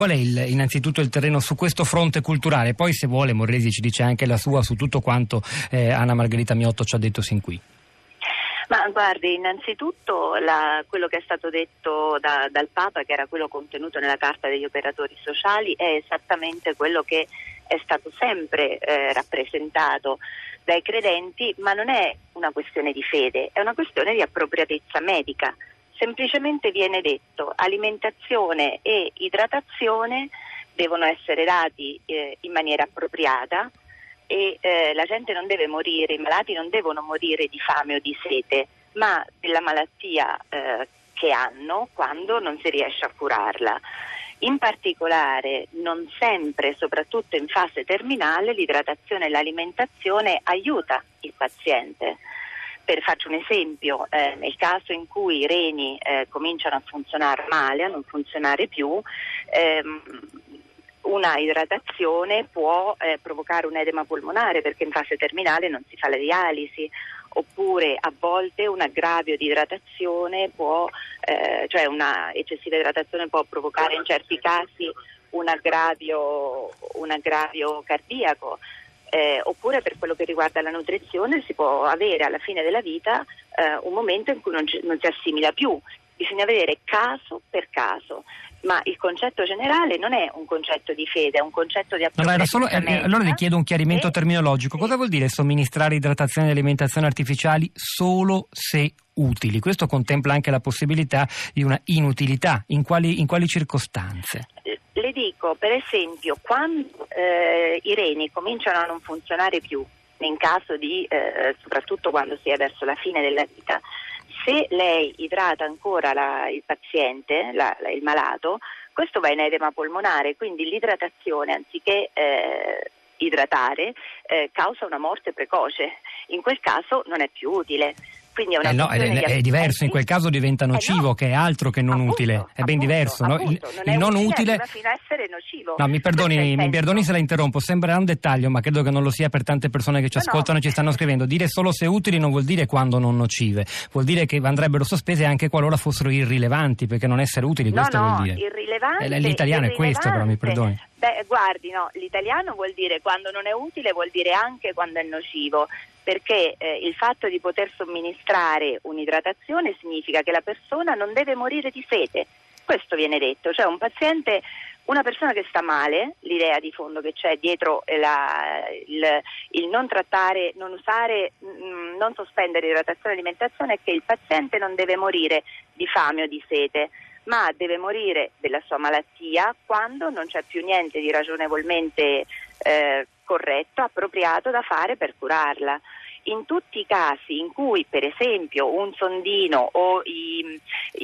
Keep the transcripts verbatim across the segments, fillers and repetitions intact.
Qual è il, innanzitutto il terreno su questo fronte culturale? Poi se vuole Moresi ci dice anche la sua su tutto quanto eh, Anna Margherita Miotto ci ha detto sin qui. Ma guardi, innanzitutto la, quello che è stato detto da, dal Papa, che era quello contenuto nella Carta degli operatori sociali, è esattamente quello che è stato sempre eh, rappresentato dai credenti, ma non è una questione di fede, è una questione di appropriatezza medica. Semplicemente viene detto alimentazione e idratazione devono essere dati eh, in maniera appropriata e eh, la gente non deve morire, i malati non devono morire di fame o di sete, ma della malattia eh, che hanno quando non si riesce a curarla. In particolare, non sempre, soprattutto in fase terminale, l'idratazione e l'alimentazione aiuta il paziente. Per faccio un esempio, eh, nel caso in cui i reni eh, cominciano a funzionare male, a non funzionare più, ehm, una idratazione può eh, provocare un edema polmonare perché in fase terminale non si fa la dialisi, oppure a volte un aggravio di idratazione può, eh, cioè una eccessiva idratazione può provocare in certi casi un aggravio, un aggravio cardiaco. Eh, oppure per quello che riguarda la nutrizione si può avere alla fine della vita eh, un momento in cui non, ci, non si assimila più. Bisogna vedere caso per caso, ma il concetto generale non è un concetto di fede, è un concetto di appropriatezza no, era solo, eh, allora le chiedo un chiarimento e, terminologico. Cosa vuol dire somministrare idratazione e alimentazione artificiali solo se utili? Questo contempla anche la possibilità di una inutilità. In quali, in quali circostanze? Le dico, per esempio, quando eh, i reni cominciano a non funzionare più, in caso di, eh, soprattutto quando si è verso la fine della vita, se lei idrata ancora la, il paziente, la, la, il malato, questo va in edema polmonare, quindi l'idratazione, anziché eh, idratare, eh, causa una morte precoce. In quel caso non è più utile. Quindi è, una eh no, è, è diverso, in quel caso diventa nocivo, eh no, che è altro che non appunto, utile, è ben appunto, diverso. Appunto, no? Il non, il non utile arriva fino a essere nocivo. No, mi perdoni, mi senso... perdoni se la interrompo, sembra un dettaglio, ma credo che non lo sia per tante persone che ci no, ascoltano no. e ci stanno scrivendo. Dire solo se utili non vuol dire quando non nocive, vuol dire che andrebbero sospese anche qualora fossero irrilevanti, perché non essere utili, questo no, vuol no, dire. Irrilevante, eh, l'italiano è questo, però mi perdoni. Beh, guardi, no, l'italiano vuol dire quando non è utile, vuol dire anche quando è nocivo. Perché eh, il fatto di poter somministrare un'idratazione significa che la persona non deve morire di sete. Questo viene detto, cioè un paziente, una persona che sta male, l'idea di fondo che c'è dietro la, il, il non trattare, non usare, mh, non sospendere idratazione e alimentazione è che il paziente non deve morire di fame o di sete, ma deve morire della sua malattia quando non c'è più niente di ragionevolmente eh, corretto, appropriato da fare per curarla. In tutti i casi in cui per esempio un sondino o i,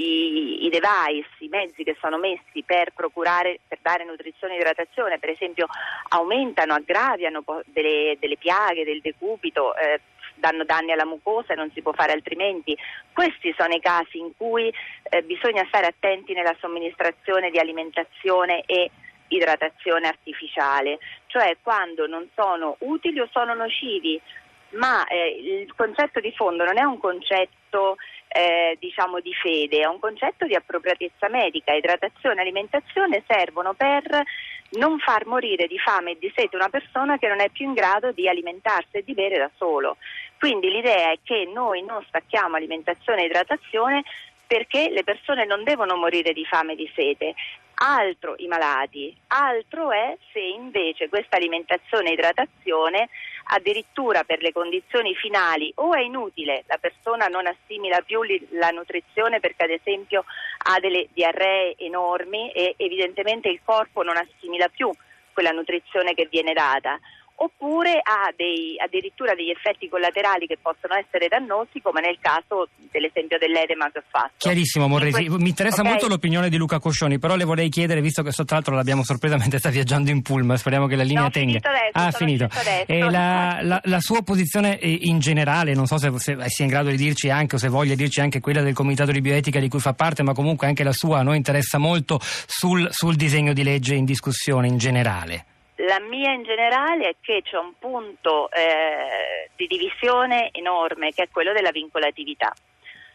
i, i device, i mezzi che sono messi per procurare, per dare nutrizione e idratazione, per esempio aumentano, aggraviano delle, delle piaghe, del decubito, eh, danno danni alla mucosa e non si può fare altrimenti. Questi sono i casi in cui eh, bisogna stare attenti nella somministrazione di alimentazione e idratazione artificiale, cioè quando non sono utili o sono nocivi, ma eh, il concetto di fondo non è un concetto eh, diciamo di fede, è un concetto di appropriatezza medica. Idratazione e alimentazione servono per non far morire di fame e di sete una persona che non è più in grado di alimentarsi e di bere da solo. Quindi l'idea è che noi non stacchiamo alimentazione e idratazione perché le persone non devono morire di fame e di sete. Altro i malati, altro è se invece questa alimentazione e idratazione addirittura per le condizioni finali o è inutile, la persona non assimila più li, la nutrizione perché ad esempio ha delle diarree enormi e evidentemente il corpo non assimila più quella nutrizione che viene data, oppure ha dei, addirittura degli effetti collaterali che possono essere dannosi, come nel caso dell'esempio dell'edema che ho fatto. Chiarissimo, Moresi. Que- Mi interessa okay. molto l'opinione di Luca Coscioni, però le vorrei chiedere, visto che tra l'altro l'abbiamo sorpresa mentre sta viaggiando in pullman, speriamo che la linea no, tenga. Adesso, ah, finito. E la, la, la sua posizione in generale, non so se, se sia in grado di dirci anche, o se voglia dirci anche quella del Comitato di Bioetica di cui fa parte, ma comunque anche la sua, a noi interessa molto sul, sul disegno di legge in discussione in generale. La mia in generale è che c'è un punto eh, di divisione enorme, che è quello della vincolatività.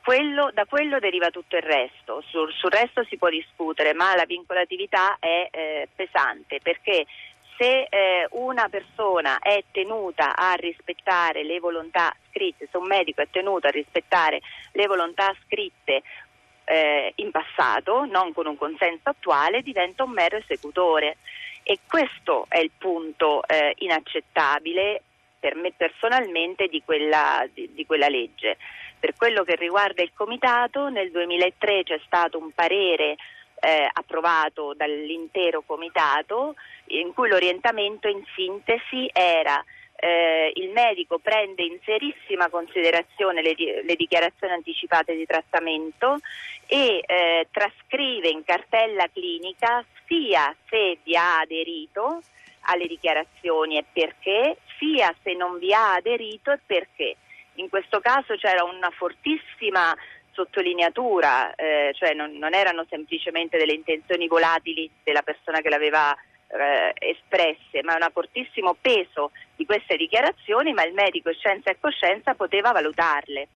quello, da quello deriva tutto il resto. Sul, sul resto si può discutere, ma la vincolatività è eh, pesante, perché se eh, una persona è tenuta a rispettare le volontà scritte, se un medico è tenuto a rispettare le volontà scritte eh, in passato, non con un consenso attuale, diventa un mero esecutore. E questo è il punto eh, inaccettabile per me personalmente di quella, di, di quella legge. Per quello che riguarda il comitato, nel duemilatré c'è stato un parere eh, approvato dall'intero comitato in cui l'orientamento in sintesi era eh, il medico prende in serissima considerazione le, le dichiarazioni anticipate di trattamento e eh, trascrive in cartella clinica sia se vi ha aderito alle dichiarazioni e perché, sia se non vi ha aderito e perché. In questo caso c'era una fortissima sottolineatura, eh, cioè non, non erano semplicemente delle intenzioni volatili della persona che l'aveva eh, espresse, ma un fortissimo peso di queste dichiarazioni, ma il medico scienza e coscienza poteva valutarle.